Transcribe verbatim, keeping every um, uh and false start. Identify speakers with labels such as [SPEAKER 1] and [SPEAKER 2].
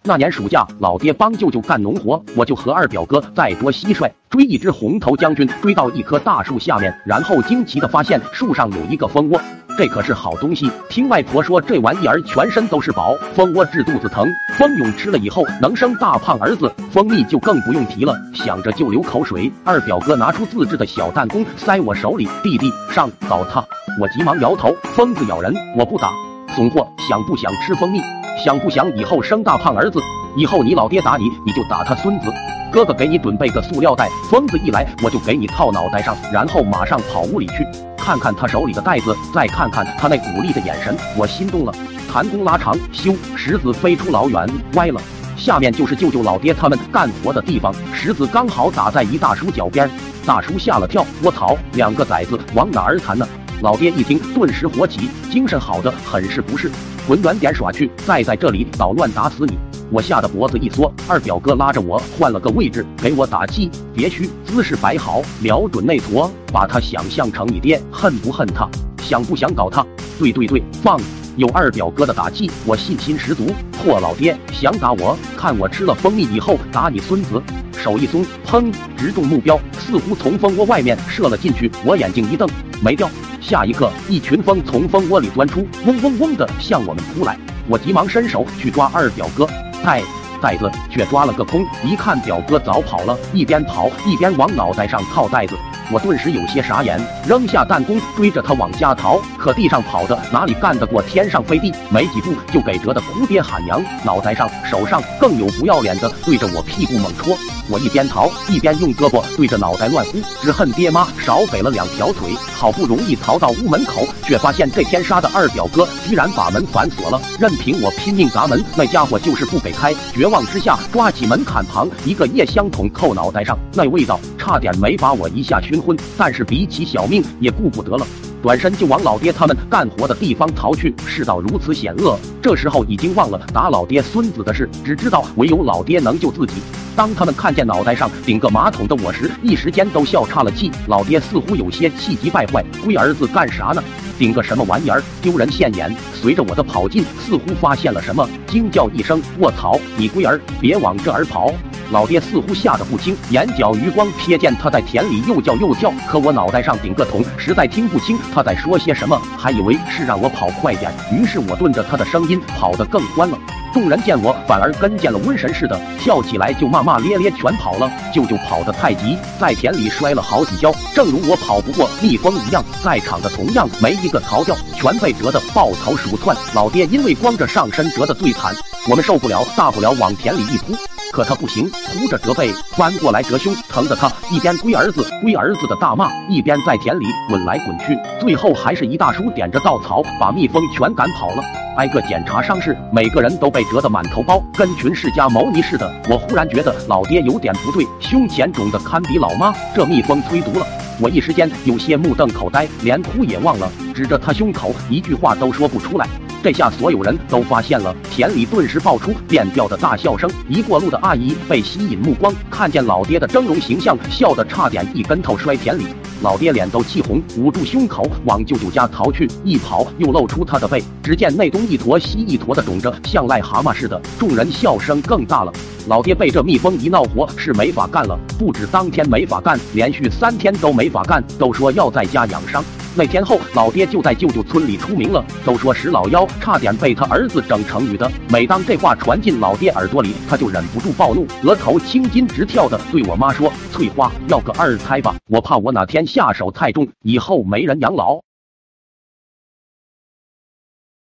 [SPEAKER 1] 那年暑假，老爹帮舅舅干农活，我就和二表哥在捉蟋蟀，追一只红头将军，追到一棵大树下面，然后惊奇地发现树上有一个蜂窝。这可是好东西，听外婆说这玩意儿全身都是宝，蜂窝治肚子疼，蜂蛹吃了以后能生大胖儿子，蜂蜜就更不用提了。想着就流口水，二表哥拿出自制的小弹弓塞我手里，弟弟上搞他。我急忙摇头，疯子咬人，我不打。怂货，想不想吃蜂蜜？想不想以后生大胖儿子？以后你老爹打你，你就打他孙子。哥哥给你准备个塑料袋，疯子一来我就给你套脑袋上，然后马上跑屋里去。看看他手里的袋子，再看看他那鼓励的眼神，我心动了。弹弓拉长，咻，石子飞出老远，歪了。下面就是舅舅老爹他们干活的地方，石子刚好打在一大叔脚边，大叔吓了跳，我操，两个崽子往哪儿弹呢？老爹一听，顿时火起，精神好的很是不是，滚远点耍去，再在这里捣乱打死你！我吓得脖子一缩，二表哥拉着我换了个位置，给我打气，别虚，姿势摆好，瞄准那坨，把他想象成你爹，恨不恨他？想不想搞他？对对对，放！有二表哥的打气，我信心十足。嚯，老爹想打我，看我吃了蜂蜜以后打你孙子！手一松，砰，直中目标，似乎从蜂窝外面射了进去。我眼睛一瞪，没掉。下一刻，一群蜂从蜂窝里钻出，嗡嗡嗡的向我们扑来。我急忙伸手去抓二表哥，袋袋子却抓了个空。一看表哥早跑了，一边跑一边往脑袋上套袋子。我顿时有些傻眼，扔下弹弓追着他往家逃，可地上跑的哪里干得过天上飞地，没几步就给折得哭爹喊娘，脑袋上手上更有不要脸的对着我屁股猛戳。我一边逃一边用胳膊对着脑袋乱呼，只恨爹妈少给了两条腿。好不容易逃到屋门口，却发现这天杀的二表哥居然把门反锁了，任凭我拼命砸门，那家伙就是不给开。绝望之下，抓起门槛旁一个夜香筒扣脑袋上，那味道差点没把我一下熏昏，但是比起小命也顾不得了。转身就往老爹他们干活的地方逃去。世道如此险恶，这时候已经忘了打老爹孙子的事，只知道唯有老爹能救自己。当他们看见脑袋上顶个马桶的我时，一时间都笑岔了气。老爹似乎有些气急败坏，龟儿子干啥呢？顶个什么玩意儿，丢人现眼！随着我的跑近，似乎发现了什么，惊叫一声：“卧槽！你龟儿，别往这儿跑！”老爹似乎吓得不轻，眼角余光瞥见他在田里又叫又跳，可我脑袋上顶个桶，实在听不清他在说些什么，还以为是让我跑快点，于是我顺着他的声音跑得更欢了。众人见我反而跟见了瘟神似的，跳起来就骂骂咧咧全跑了。舅舅跑得太急，在田里摔了好几跤，正如我跑不过蜜蜂一样，在场的同样没一个逃掉，全被折得抱头鼠窜。老爹因为光着上身折得最惨，我们受不了，大不了往田里一扑，可他不行，扑着折背，翻过来折胸，疼得他一边龟儿子龟儿子的大骂，一边在田里滚来滚去，最后还是一大叔点着稻草把蜜蜂全赶跑了。挨个检查伤势，每个人都被折得满头包，跟群释迦牟尼似的。我忽然觉得老爹有点不对，胸前肿得堪比老妈，这蜜蜂催毒了。我一时间有些目瞪口呆，连哭也忘了，指着他胸口一句话都说不出来。这下所有人都发现了，田里顿时爆出变调的大笑声。一过路的阿姨被吸引目光，看见老爹的峥嵘形象，笑得差点一跟头摔田里。老爹脸都气红，捂住胸口往舅舅家逃去，一跑又露出他的背，只见内东一坨西一坨的肿着，像癞蛤蟆似的。众人笑声更大了。老爹被这蜜蜂一闹活是没法干了，不止当天没法干，连续三天都没法干，都说要在家养伤。那天后，老爹就在舅舅村里出名了，都说石老妖差点被他儿子整成女的。每当这话传进老爹耳朵里，他就忍不住暴怒，额头青筋直跳的对我妈说：“翠花，要个二胎吧，我怕我哪天下手太重，以后没人养老。”